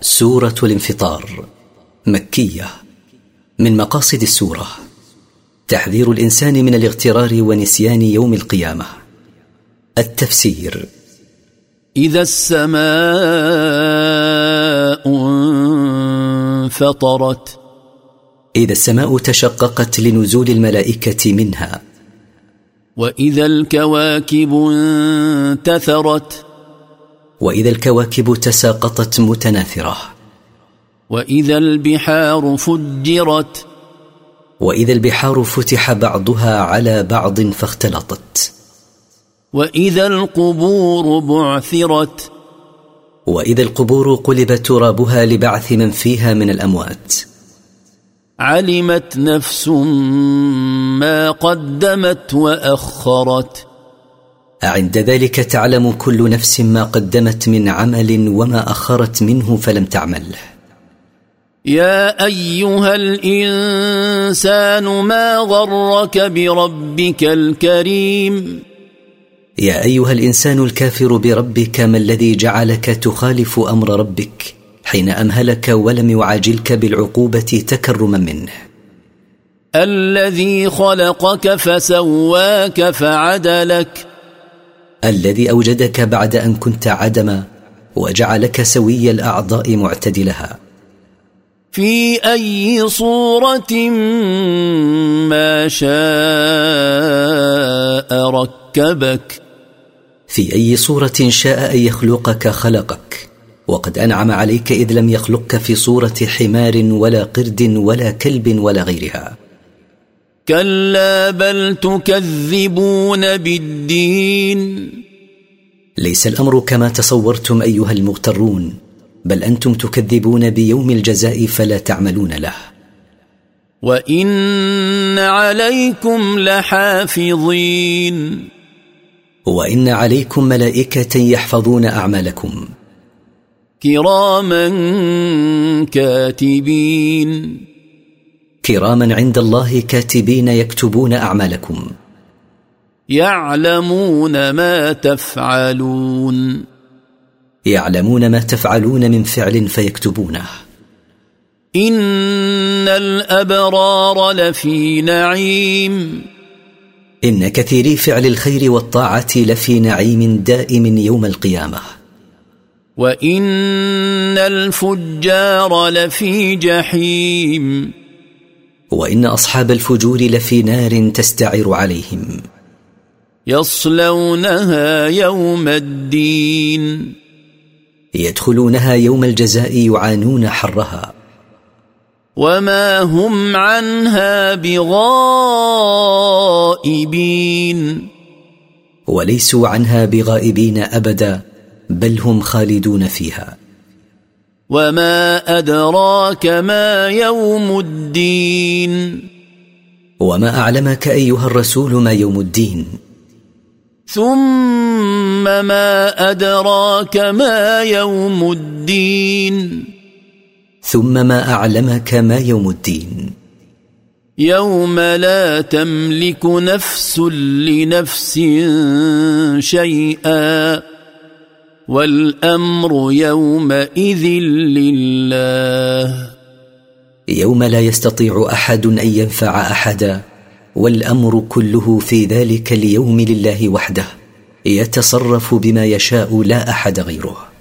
سورة الانفطار مكية. من مقاصد السورة تحذير الإنسان من الاغترار ونسيان يوم القيامة. التفسير: إذا السماء انفطرت، إذا السماء تشققت لنزول الملائكة منها. وإذا الكواكب انتثرت، وإذا الكواكب تساقطت متناثرة. وإذا البحار فجرت، وإذا البحار فتح بعضها على بعض فاختلطت. وإذا القبور بعثرت، وإذا القبور قلب ترابها لبعث من فيها من الأموات. علمت نفس ما قدمت وأخرت، عند ذلك تعلم كل نفس ما قدمت من عمل وما أخرت منه فلم تعمله. يا أيها الإنسان ما غرك بربك الكريم. يا أيها الإنسان الكافر بربك، ما الذي جعلك تخالف أمر ربك حين أمهلك ولم يعاجلك بالعقوبة تكرما منه. الذي خلقك فسواك فعدلك، الذي أوجدك بعد أن كنت عدما وجعلك سوي الأعضاء معتدلها. في أي صورة ما شاء ركبك، في أي صورة شاء أن يخلقك خلقك، وقد أنعم عليك إذ لم يخلقك في صورة حمار ولا قرد ولا كلب ولا غيرها. كلا بل تكذبون بالدين. ليس الأمر كما تصورتم أيها المغترون، بل أنتم تكذبون بيوم الجزاء فلا تعملون له. وإن عليكم لحافظين، وإن عليكم ملائكة يحفظون أعمالكم. كراما كاتبين، كراما عند الله كاتبين يكتبون أعمالكم. يعلمون ما تفعلون، يعلمون ما تفعلون من فعل فيكتبونه. إن الأبرار لفي نعيم، إن كثيري فعل الخير والطاعة لفي نعيم دائم يوم القيامة. وإن الفجار لفي جحيم، وإن أصحاب الفجور لفي نار تستعر عليهم. يصلونها يوم الدين، يدخلونها يوم الجزاء يعانون حرها. وما هم عنها بغائبين، وليسوا عنها بغائبين أبدا، بل هم خالدون فيها. وما أدراك ما يوم الدين. وما أعلمك أيها الرسول ما يوم الدين. ثم ما أدراك ما يوم الدين. ثم ما أعلمك ما يوم الدين. يوم لا تملك نفس لنفس شيئا، والأمر يومئذ لله. يوم لا يستطيع أحد أن ينفع أحدا، والأمر كله في ذلك اليوم لله وحده، يتصرف بما يشاء لا أحد غيره.